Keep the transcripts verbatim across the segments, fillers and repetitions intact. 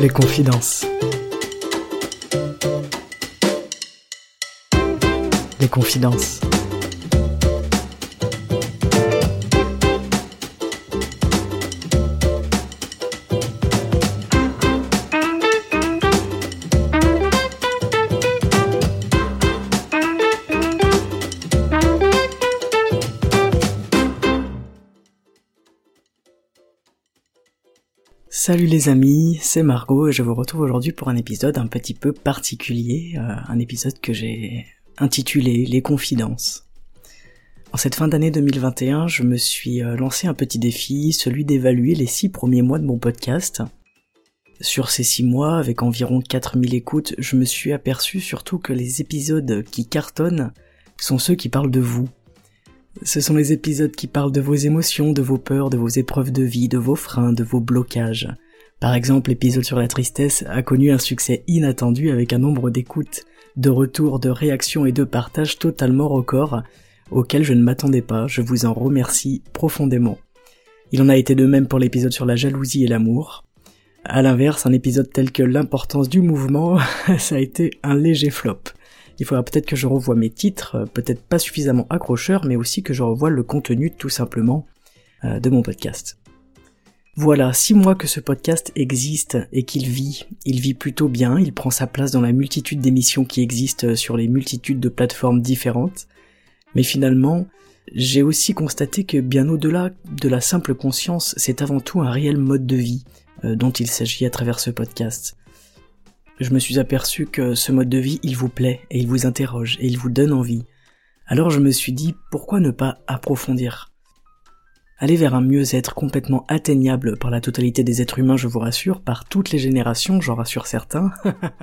Les confidences. Les confidences. Salut les amis, c'est Margot et je vous retrouve aujourd'hui pour un épisode un petit peu particulier, euh, un épisode que j'ai intitulé Les confidences. En cette fin d'année deux mille vingt et un, je me suis euh, lancé un petit défi, celui d'évaluer les six premiers mois de mon podcast. Sur ces six mois, avec environ quatre mille écoutes, je me suis aperçu surtout que les épisodes qui cartonnent sont ceux qui parlent de vous. Ce sont les épisodes qui parlent de vos émotions, de vos peurs, de vos épreuves de vie, de vos freins, de vos blocages. Par exemple, l'épisode sur la tristesse a connu un succès inattendu avec un nombre d'écoutes, de retours, de réactions et de partages totalement records, auxquels je ne m'attendais pas, je vous en remercie profondément. Il en a été de même pour l'épisode sur la jalousie et l'amour. À l'inverse, un épisode tel que l'importance du mouvement, ça a été un léger flop. Il faudra peut-être que je revoie mes titres, peut-être pas suffisamment accrocheurs, mais aussi que je revoie le contenu tout simplement euh, de mon podcast. Voilà, six mois que ce podcast existe et qu'il vit. Il vit plutôt bien, il prend sa place dans la multitude d'émissions qui existent sur les multitudes de plateformes différentes. Mais finalement, j'ai aussi constaté que bien au-delà de la simple conscience, c'est avant tout un réel mode de vie euh, dont il s'agit à travers ce podcast. Je me suis aperçu que ce mode de vie, il vous plaît, et il vous interroge, et il vous donne envie. Alors je me suis dit, pourquoi ne pas approfondir ? Aller vers un mieux-être complètement atteignable par la totalité des êtres humains, je vous rassure, par toutes les générations, j'en rassure certains,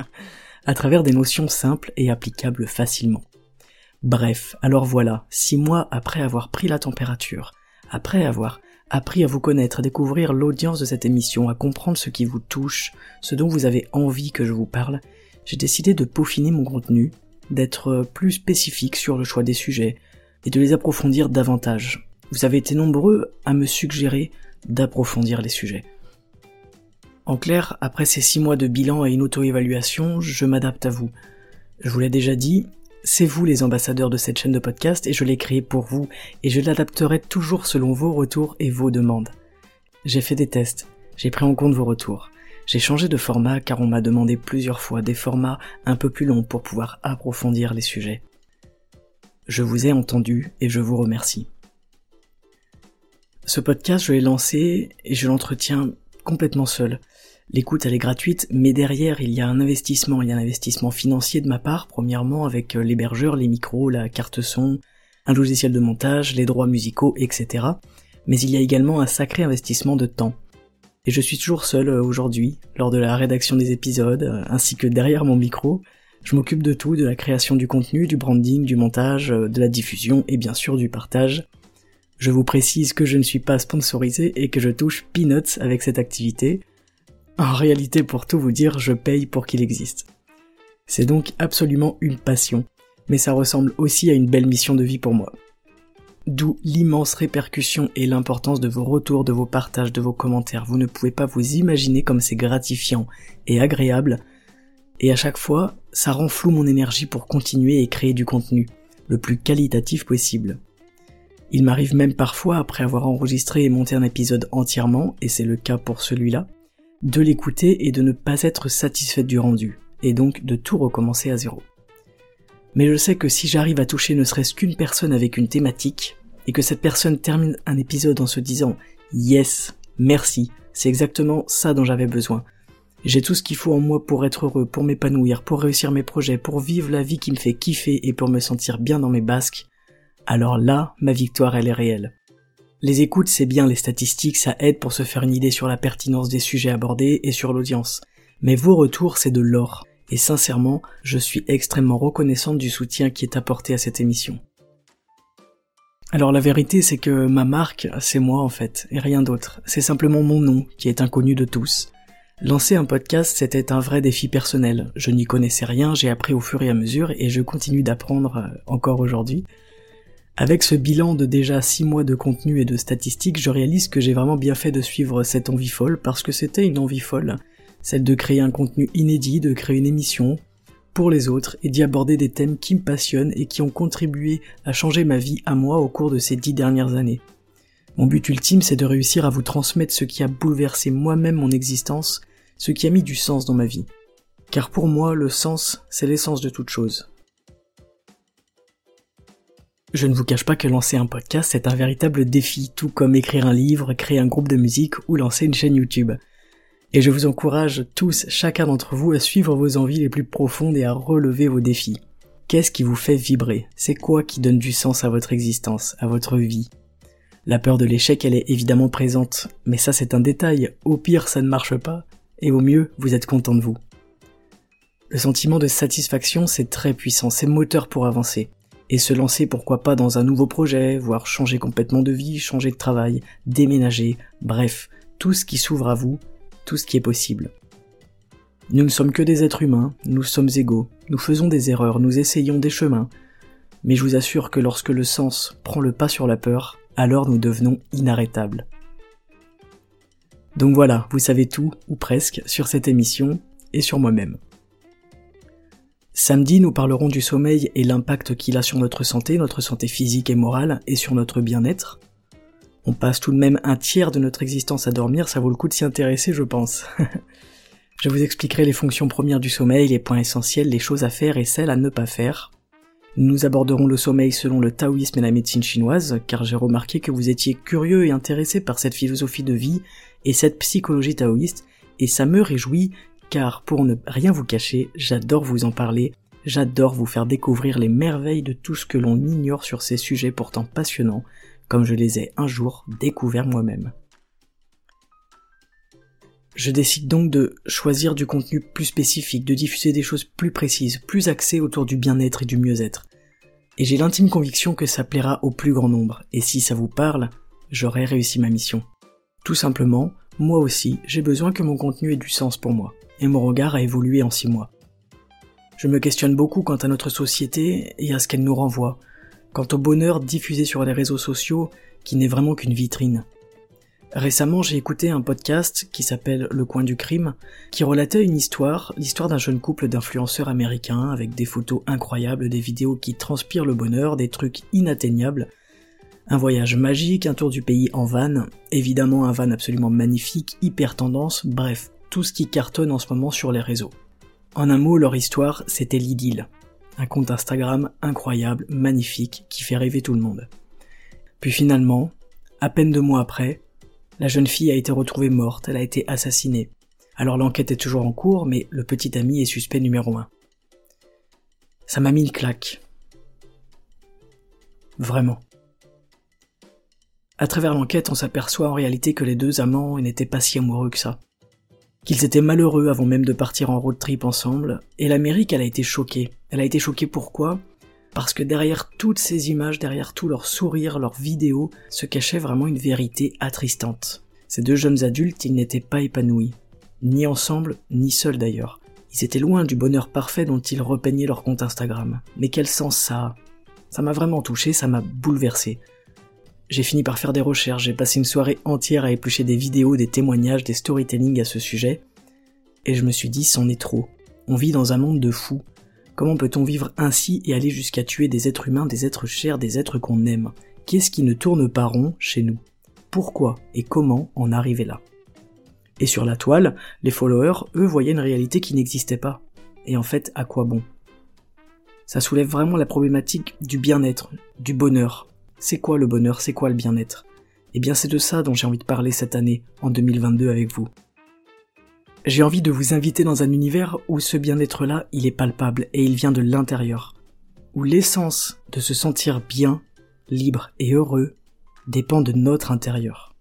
à travers des notions simples et applicables facilement. Bref, alors voilà, six mois après avoir pris la température, après avoir appris à vous connaître, à découvrir l'audience de cette émission, à comprendre ce qui vous touche, ce dont vous avez envie que je vous parle, j'ai décidé de peaufiner mon contenu, d'être plus spécifique sur le choix des sujets, et de les approfondir davantage. Vous avez été nombreux à me suggérer d'approfondir les sujets. En clair, après ces six mois de bilan et une auto-évaluation, je m'adapte à vous. Je vous l'ai déjà dit, c'est vous les ambassadeurs de cette chaîne de podcast et je l'ai créée pour vous et je l'adapterai toujours selon vos retours et vos demandes. J'ai fait des tests, j'ai pris en compte vos retours. J'ai changé de format car on m'a demandé plusieurs fois des formats un peu plus longs pour pouvoir approfondir les sujets. Je vous ai entendu et je vous remercie. Ce podcast, je l'ai lancé et je l'entretiens complètement seul. L'écoute, elle est gratuite, mais derrière, il y a un investissement. Il y a un investissement financier de ma part, premièrement avec l'hébergeur, les micros, la carte son, un logiciel de montage, les droits musicaux, et cetera. Mais il y a également un sacré investissement de temps. Et je suis toujours seul aujourd'hui, lors de la rédaction des épisodes, ainsi que derrière mon micro. Je m'occupe de tout, de la création du contenu, du branding, du montage, de la diffusion et bien sûr du partage. Je vous précise que je ne suis pas sponsorisé et que je touche peanuts avec cette activité. En réalité, pour tout vous dire, je paye pour qu'il existe. C'est donc absolument une passion, mais ça ressemble aussi à une belle mission de vie pour moi. D'où l'immense répercussion et l'importance de vos retours, de vos partages, de vos commentaires. Vous ne pouvez pas vous imaginer comme c'est gratifiant et agréable, et à chaque fois, ça renfloue mon énergie pour continuer et créer du contenu, le plus qualitatif possible. Il m'arrive même parfois, après avoir enregistré et monté un épisode entièrement, et c'est le cas pour celui-là, de l'écouter et de ne pas être satisfaite du rendu, et donc de tout recommencer à zéro. Mais je sais que si j'arrive à toucher ne serait-ce qu'une personne avec une thématique, et que cette personne termine un épisode en se disant « Yes, merci, c'est exactement ça dont j'avais besoin. J'ai tout ce qu'il faut en moi pour être heureux, pour m'épanouir, pour réussir mes projets, pour vivre la vie qui me fait kiffer et pour me sentir bien dans mes basques », alors là, ma victoire elle est réelle. Les écoutes, c'est bien, les statistiques, ça aide pour se faire une idée sur la pertinence des sujets abordés et sur l'audience. Mais vos retours, c'est de l'or. Et sincèrement, je suis extrêmement reconnaissante du soutien qui est apporté à cette émission. Alors la vérité, c'est que ma marque, c'est moi en fait, et rien d'autre. C'est simplement mon nom, qui est inconnu de tous. Lancer un podcast, c'était un vrai défi personnel. Je n'y connaissais rien, j'ai appris au fur et à mesure, et je continue d'apprendre encore aujourd'hui. Avec ce bilan de déjà six mois de contenu et de statistiques, je réalise que j'ai vraiment bien fait de suivre cette envie folle, parce que c'était une envie folle. celle de créer un contenu inédit, de créer une émission pour les autres et d'y aborder des thèmes qui me passionnent et qui ont contribué à changer ma vie à moi au cours de ces dix dernières années. Mon but ultime, c'est de réussir à vous transmettre ce qui a bouleversé moi-même mon existence, ce qui a mis du sens dans ma vie. Car pour moi, le sens, c'est l'essence de toute chose. Je ne vous cache pas que lancer un podcast, c'est un véritable défi, tout comme écrire un livre, créer un groupe de musique ou lancer une chaîne YouTube. Et je vous encourage tous, chacun d'entre vous, à suivre vos envies les plus profondes et à relever vos défis. Qu'est-ce qui vous fait vibrer? C'est quoi qui donne du sens à votre existence, à votre vie? La peur de l'échec, elle est évidemment présente, mais ça c'est un détail. Au pire, ça ne marche pas, et au mieux, vous êtes content de vous. Le sentiment de satisfaction, c'est très puissant, c'est moteur pour avancer. Et se lancer pourquoi pas dans un nouveau projet, voire changer complètement de vie, changer de travail, déménager, bref, tout ce qui s'ouvre à vous, tout ce qui est possible. Nous ne sommes que des êtres humains, nous sommes égaux, nous faisons des erreurs, nous essayons des chemins, mais je vous assure que lorsque le sens prend le pas sur la peur, alors nous devenons inarrêtables. Donc voilà, vous savez tout, ou presque, sur cette émission et sur moi-même. Samedi, nous parlerons du sommeil et l'impact qu'il a sur notre santé, notre santé physique et morale, et sur notre bien-être. On passe tout de même un tiers de notre existence à dormir, ça vaut le coup de s'y intéresser, je pense. Je vous expliquerai les fonctions premières du sommeil, les points essentiels, les choses à faire et celles à ne pas faire. Nous aborderons le sommeil selon le taoïsme et la médecine chinoise, car j'ai remarqué que vous étiez curieux et intéressé par cette philosophie de vie et cette psychologie taoïste, et ça me réjouit, car pour ne rien vous cacher, j'adore vous en parler, j'adore vous faire découvrir les merveilles de tout ce que l'on ignore sur ces sujets pourtant passionnants, comme je les ai un jour découverts moi-même. Je décide donc de choisir du contenu plus spécifique, de diffuser des choses plus précises, plus axées autour du bien-être et du mieux-être. Et j'ai l'intime conviction que ça plaira au plus grand nombre, et si ça vous parle, j'aurai réussi ma mission. Tout simplement, moi aussi, j'ai besoin que mon contenu ait du sens pour moi. Et mon regard a évolué en six mois. Je me questionne beaucoup quant à notre société et à ce qu'elle nous renvoie, quant au bonheur diffusé sur les réseaux sociaux qui n'est vraiment qu'une vitrine. Récemment, j'ai écouté un podcast qui s'appelle Le Coin du Crime, qui relatait une histoire, l'histoire d'un jeune couple d'influenceurs américains avec des photos incroyables, des vidéos qui transpirent le bonheur, des trucs inatteignables, un voyage magique, un tour du pays en van, évidemment un van absolument magnifique, hyper tendance, bref, tout ce qui cartonne en ce moment sur les réseaux. En un mot, leur histoire, c'était l'idylle. Un compte Instagram incroyable, magnifique, qui fait rêver tout le monde. Puis finalement, à peine deux mois après, la jeune fille a été retrouvée morte, elle a été assassinée. Alors l'enquête est toujours en cours, mais le petit ami est suspect numéro un. Ça m'a mis une claque. Vraiment. À travers l'enquête, on s'aperçoit en réalité que les deux amants n'étaient pas si amoureux que ça. Qu'ils étaient malheureux avant même de partir en road trip ensemble, et l'Amérique, elle a été choquée. Elle a été choquée pourquoi ? Parce que derrière toutes ces images, derrière tous leurs sourires, leurs vidéos, se cachait vraiment une vérité attristante. Ces deux jeunes adultes, ils n'étaient pas épanouis. Ni ensemble, ni seuls d'ailleurs. Ils étaient loin du bonheur parfait dont ils repeignaient leur compte Instagram. Mais quel sens ça a ? Ça m'a vraiment touché, ça m'a bouleversé. J'ai fini par faire des recherches, j'ai passé une soirée entière à éplucher des vidéos, des témoignages, des storytelling à ce sujet, et je me suis dit, c'en est trop. On vit dans un monde de fous. Comment peut-on vivre ainsi et aller jusqu'à tuer des êtres humains, des êtres chers, des êtres qu'on aime ? Qu'est-ce qui ne tourne pas rond chez nous ? Pourquoi et comment en arriver là ? Et sur la toile, les followers, eux, voyaient une réalité qui n'existait pas. Et en fait, à quoi bon ? Ça soulève vraiment la problématique du bien-être, du bonheur. C'est quoi le bonheur ? C'est quoi le bien-être ? Eh bien c'est de ça dont j'ai envie de parler cette année, en deux mille vingt-deux avec vous. J'ai envie de vous inviter dans un univers où ce bien-être-là, il est palpable et il vient de l'intérieur. Où l'essence de se sentir bien, libre et heureux dépend de notre intérieur.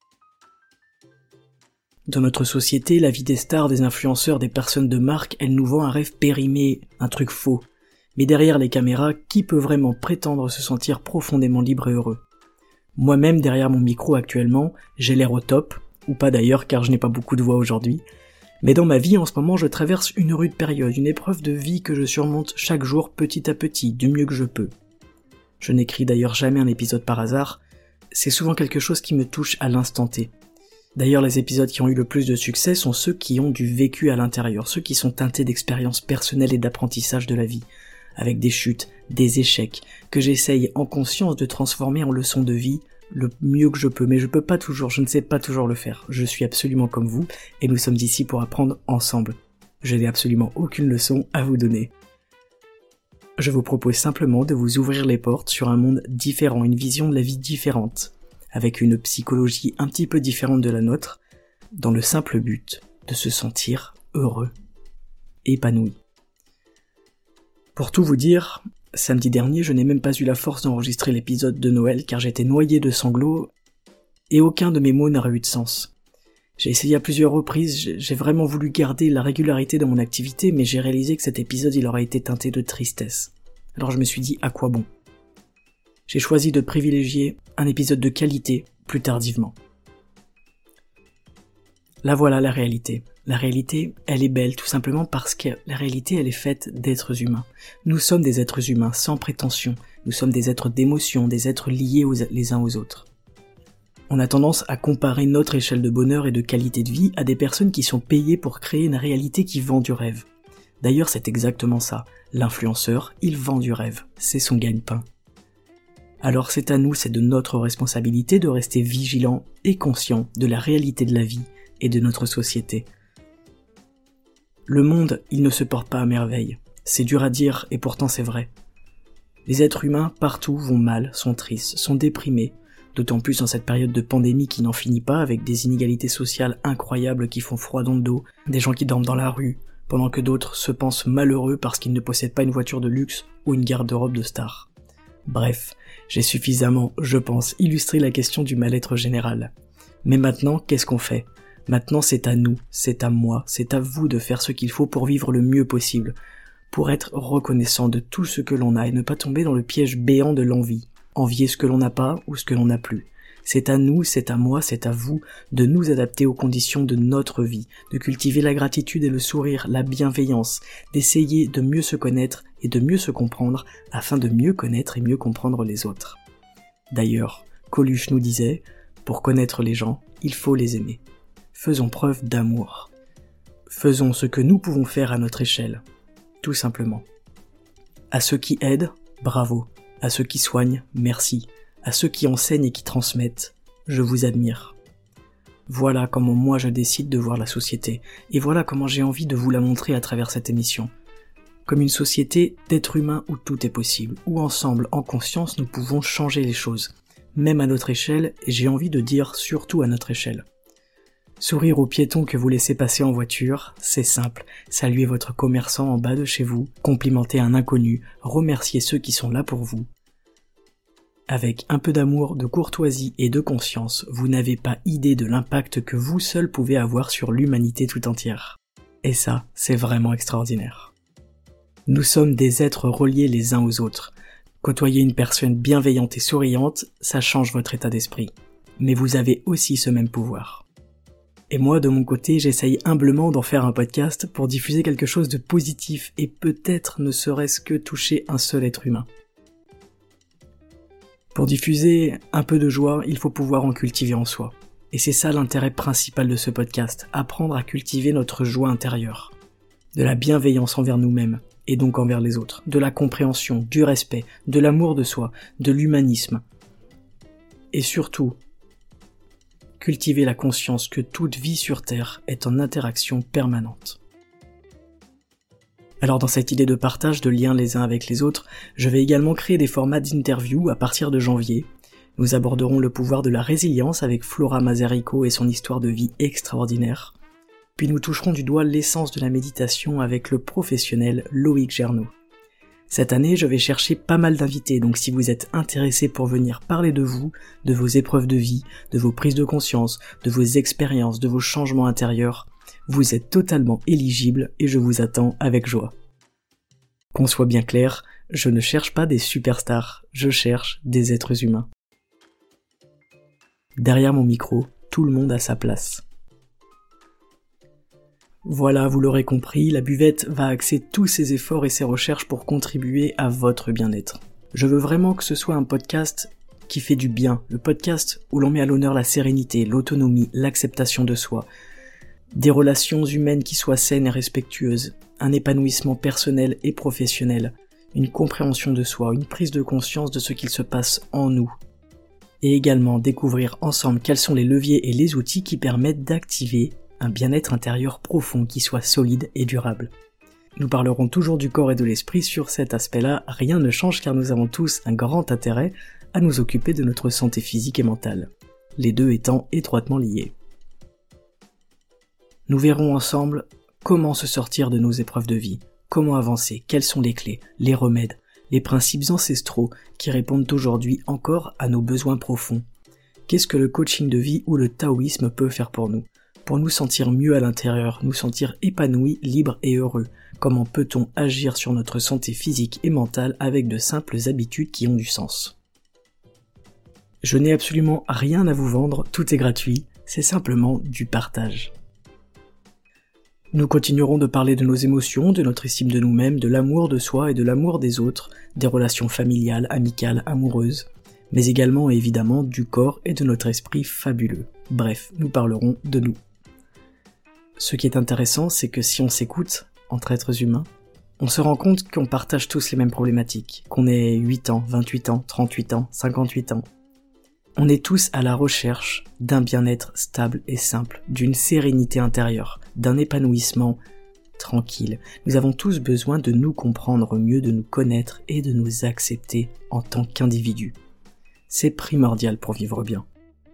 Dans notre société, la vie des stars, des influenceurs, des personnes de marque, elle nous vend un rêve périmé, un truc faux. Mais derrière les caméras, qui peut vraiment prétendre se sentir profondément libre et heureux ? Moi-même, derrière mon micro actuellement, j'ai l'air au top, ou pas d'ailleurs car je n'ai pas beaucoup de voix aujourd'hui, mais dans ma vie en ce moment je traverse une rude période, une épreuve de vie que je surmonte chaque jour petit à petit, du mieux que je peux. Je n'écris d'ailleurs jamais un épisode par hasard, c'est souvent quelque chose qui me touche à l'instant T. D'ailleurs, les épisodes qui ont eu le plus de succès sont ceux qui ont du vécu à l'intérieur, ceux qui sont teintés d'expériences personnelles et d'apprentissage de la vie, avec des chutes, des échecs, que j'essaye en conscience de transformer en leçons de vie le mieux que je peux, mais je peux pas toujours, je ne sais pas toujours le faire. Je suis absolument comme vous, et nous sommes ici pour apprendre ensemble. Je n'ai absolument aucune leçon à vous donner. Je vous propose simplement de vous ouvrir les portes sur un monde différent, une vision de la vie différente, avec une psychologie un petit peu différente de la nôtre, dans le simple but de se sentir heureux, épanoui. Pour tout vous dire, samedi dernier, je n'ai même pas eu la force d'enregistrer l'épisode de Noël car j'étais noyé de sanglots et aucun de mes mots n'aurait eu de sens. J'ai essayé à plusieurs reprises, j'ai vraiment voulu garder la régularité dans mon activité, mais j'ai réalisé que cet épisode il aurait été teinté de tristesse. Alors je me suis dit, à quoi bon ? J'ai choisi de privilégier un épisode de qualité plus tardivement. Là voilà la réalité. La réalité, elle est belle tout simplement parce que la réalité, elle est faite d'êtres humains. Nous sommes des êtres humains sans prétention. Nous sommes des êtres d'émotion, des êtres liés aux, les uns aux autres. On a tendance à comparer notre échelle de bonheur et de qualité de vie à des personnes qui sont payées pour créer une réalité qui vend du rêve. D'ailleurs, c'est exactement ça. L'influenceur, il vend du rêve. C'est son gagne-pain. Alors c'est à nous, c'est de notre responsabilité de rester vigilants et conscients de la réalité de la vie et de notre société. Le monde, il ne se porte pas à merveille. C'est dur à dire et pourtant c'est vrai. Les êtres humains partout vont mal, sont tristes, sont déprimés, d'autant plus en cette période de pandémie qui n'en finit pas avec des inégalités sociales incroyables qui font froid dans le dos, des gens qui dorment dans la rue, pendant que d'autres se pensent malheureux parce qu'ils ne possèdent pas une voiture de luxe ou une garde-robe de star. Bref, j'ai suffisamment, je pense, illustré la question du mal-être général. Mais maintenant, qu'est-ce qu'on fait ? Maintenant, c'est à nous, c'est à moi, c'est à vous de faire ce qu'il faut pour vivre le mieux possible, pour être reconnaissant de tout ce que l'on a et ne pas tomber dans le piège béant de l'envie, envier ce que l'on n'a pas ou ce que l'on n'a plus. C'est à nous, c'est à moi, c'est à vous de nous adapter aux conditions de notre vie, de cultiver la gratitude et le sourire, la bienveillance, d'essayer de mieux se connaître et de mieux se comprendre afin de mieux connaître et mieux comprendre les autres. D'ailleurs, Coluche nous disait, pour connaître les gens, il faut les aimer. Faisons preuve d'amour. Faisons ce que nous pouvons faire à notre échelle, tout simplement. À ceux qui aident, bravo. À ceux qui soignent, merci. À ceux qui enseignent et qui transmettent, je vous admire. Voilà comment moi je décide de voir la société, et voilà comment j'ai envie de vous la montrer à travers cette émission. Comme une société d'êtres humains où tout est possible, où ensemble, en conscience, nous pouvons changer les choses, même à notre échelle, et j'ai envie de dire surtout à notre échelle. Sourire aux piétons que vous laissez passer en voiture, c'est simple. Saluer votre commerçant en bas de chez vous, complimenter un inconnu, remercier ceux qui sont là pour vous. Avec un peu d'amour, de courtoisie et de conscience, vous n'avez pas idée de l'impact que vous seul pouvez avoir sur l'humanité tout entière. Et ça, c'est vraiment extraordinaire. Nous sommes des êtres reliés les uns aux autres. Côtoyer une personne bienveillante et souriante, ça change votre état d'esprit. Mais vous avez aussi ce même pouvoir. Et moi, de mon côté, j'essaye humblement d'en faire un podcast pour diffuser quelque chose de positif et peut-être ne serait-ce que toucher un seul être humain. Pour diffuser un peu de joie, il faut pouvoir en cultiver en soi. Et c'est ça l'intérêt principal de ce podcast, apprendre à cultiver notre joie intérieure. De la bienveillance envers nous-mêmes, et donc envers les autres. De la compréhension, du respect, de l'amour de soi, de l'humanisme. Et surtout, cultiver la conscience que toute vie sur Terre est en interaction permanente. Alors dans cette idée de partage, de liens les uns avec les autres, je vais également créer des formats d'interview à partir de janvier. Nous aborderons le pouvoir de la résilience avec Flora Mazarico et son histoire de vie extraordinaire. Puis nous toucherons du doigt l'essence de la méditation avec le professionnel Loïc Gernot. Cette année, je vais chercher pas mal d'invités, donc si vous êtes intéressé pour venir parler de vous, de vos épreuves de vie, de vos prises de conscience, de vos expériences, de vos changements intérieurs, vous êtes totalement éligible et je vous attends avec joie. Qu'on soit bien clair, je ne cherche pas des superstars, je cherche des êtres humains. Derrière mon micro, tout le monde a sa place. Voilà, vous l'aurez compris, la buvette va axer tous ses efforts et ses recherches pour contribuer à votre bien-être. Je veux vraiment que ce soit un podcast qui fait du bien, le podcast où l'on met à l'honneur la sérénité, l'autonomie, l'acceptation de soi, des relations humaines qui soient saines et respectueuses, un épanouissement personnel et professionnel, une compréhension de soi, une prise de conscience de ce qu'il se passe en nous, et également découvrir ensemble quels sont les leviers et les outils qui permettent d'activer un bien-être intérieur profond qui soit solide et durable. Nous parlerons toujours du corps et de l'esprit sur cet aspect-là, rien ne change car nous avons tous un grand intérêt à nous occuper de notre santé physique et mentale, les deux étant étroitement liés. Nous verrons ensemble comment se sortir de nos épreuves de vie, comment avancer, quelles sont les clés, les remèdes, les principes ancestraux qui répondent aujourd'hui encore à nos besoins profonds. Qu'est-ce que le coaching de vie ou le taoïsme peut faire pour nous ? Pour nous sentir mieux à l'intérieur, nous sentir épanouis, libres et heureux. Comment peut-on agir sur notre santé physique et mentale avec de simples habitudes qui ont du sens ? Je n'ai absolument rien à vous vendre, tout est gratuit, c'est simplement du partage. Nous continuerons de parler de nos émotions, de notre estime de nous-mêmes, de l'amour de soi et de l'amour des autres, des relations familiales, amicales, amoureuses, mais également et évidemment du corps et de notre esprit fabuleux. Bref, nous parlerons de nous. Ce qui est intéressant, c'est que si on s'écoute, entre êtres humains, on se rend compte qu'on partage tous les mêmes problématiques, qu'on ait huit ans, vingt-huit ans, trente-huit ans, cinquante-huit ans. On est tous à la recherche d'un bien-être stable et simple, d'une sérénité intérieure, d'un épanouissement tranquille. Nous avons tous besoin de nous comprendre mieux, de nous connaître et de nous accepter en tant qu'individus. C'est primordial pour vivre bien.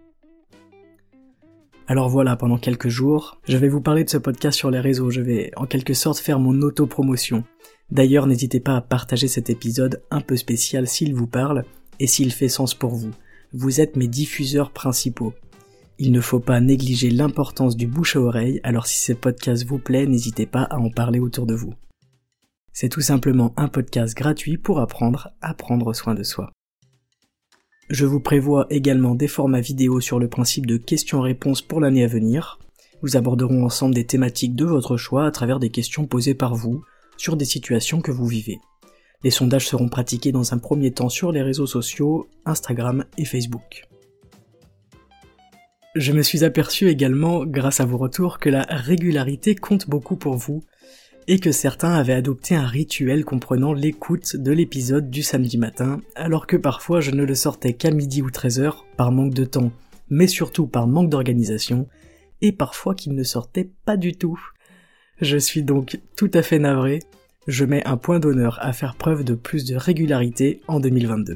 Alors voilà, pendant quelques jours, je vais vous parler de ce podcast sur les réseaux, je vais en quelque sorte faire mon auto-promotion. D'ailleurs, n'hésitez pas à partager cet épisode un peu spécial s'il vous parle et s'il fait sens pour vous. Vous êtes mes diffuseurs principaux. Il ne faut pas négliger l'importance du bouche à oreille, alors si ce podcast vous plaît, n'hésitez pas à en parler autour de vous. C'est tout simplement un podcast gratuit pour apprendre à prendre soin de soi. Je vous prévois également des formats vidéo sur le principe de questions-réponses pour l'année à venir. Nous aborderons ensemble des thématiques de votre choix à travers des questions posées par vous sur des situations que vous vivez. Les sondages seront pratiqués dans un premier temps sur les réseaux sociaux, Instagram et Facebook. Je me suis aperçu également, grâce à vos retours, que la régularité compte beaucoup pour vous, et que certains avaient adopté un rituel comprenant l'écoute de l'épisode du samedi matin, alors que parfois je ne le sortais qu'à midi ou treize heures, par manque de temps, mais surtout par manque d'organisation, et parfois qu'il ne sortait pas du tout. Je suis donc tout à fait navré. Je mets un point d'honneur à faire preuve de plus de régularité en deux mille vingt-deux.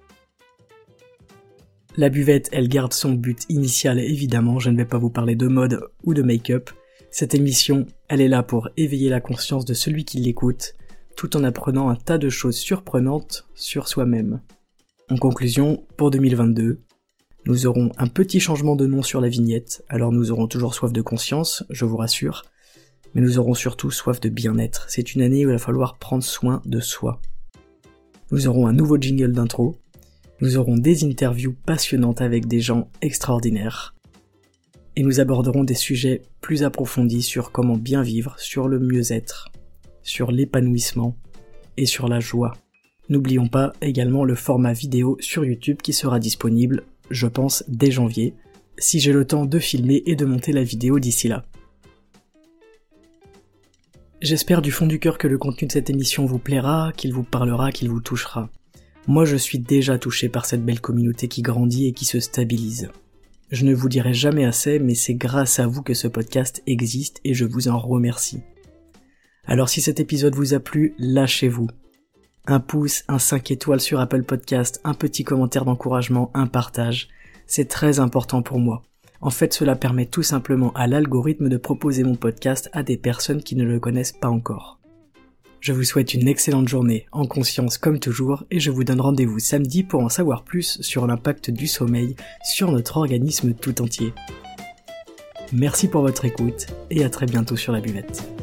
La buvette, elle garde son but initial évidemment, je ne vais pas vous parler de mode ou de make-up. Cette émission, elle est là pour éveiller la conscience de celui qui l'écoute, tout en apprenant un tas de choses surprenantes sur soi-même. En conclusion, pour deux mille vingt-deux, nous aurons un petit changement de nom sur la vignette, alors nous aurons toujours soif de conscience, je vous rassure, mais nous aurons surtout soif de bien-être. C'est une année où il va falloir prendre soin de soi. Nous aurons un nouveau jingle d'intro, nous aurons des interviews passionnantes avec des gens extraordinaires, et nous aborderons des sujets plus approfondis sur comment bien vivre, sur le mieux-être, sur l'épanouissement et sur la joie. N'oublions pas également le format vidéo sur YouTube qui sera disponible, je pense, dès janvier, si j'ai le temps de filmer et de monter la vidéo d'ici là. J'espère du fond du cœur que le contenu de cette émission vous plaira, qu'il vous parlera, qu'il vous touchera. Moi je suis déjà touché par cette belle communauté qui grandit et qui se stabilise. Je ne vous dirai jamais assez, mais c'est grâce à vous que ce podcast existe et je vous en remercie. Alors si cet épisode vous a plu, lâchez-vous. Un pouce, un cinq étoiles sur Apple Podcast, un petit commentaire d'encouragement, un partage. C'est très important pour moi. En fait, cela permet tout simplement à l'algorithme de proposer mon podcast à des personnes qui ne le connaissent pas encore. Je vous souhaite une excellente journée, en conscience comme toujours, et je vous donne rendez-vous samedi pour en savoir plus sur l'impact du sommeil sur notre organisme tout entier. Merci pour votre écoute, et à très bientôt sur la buvette.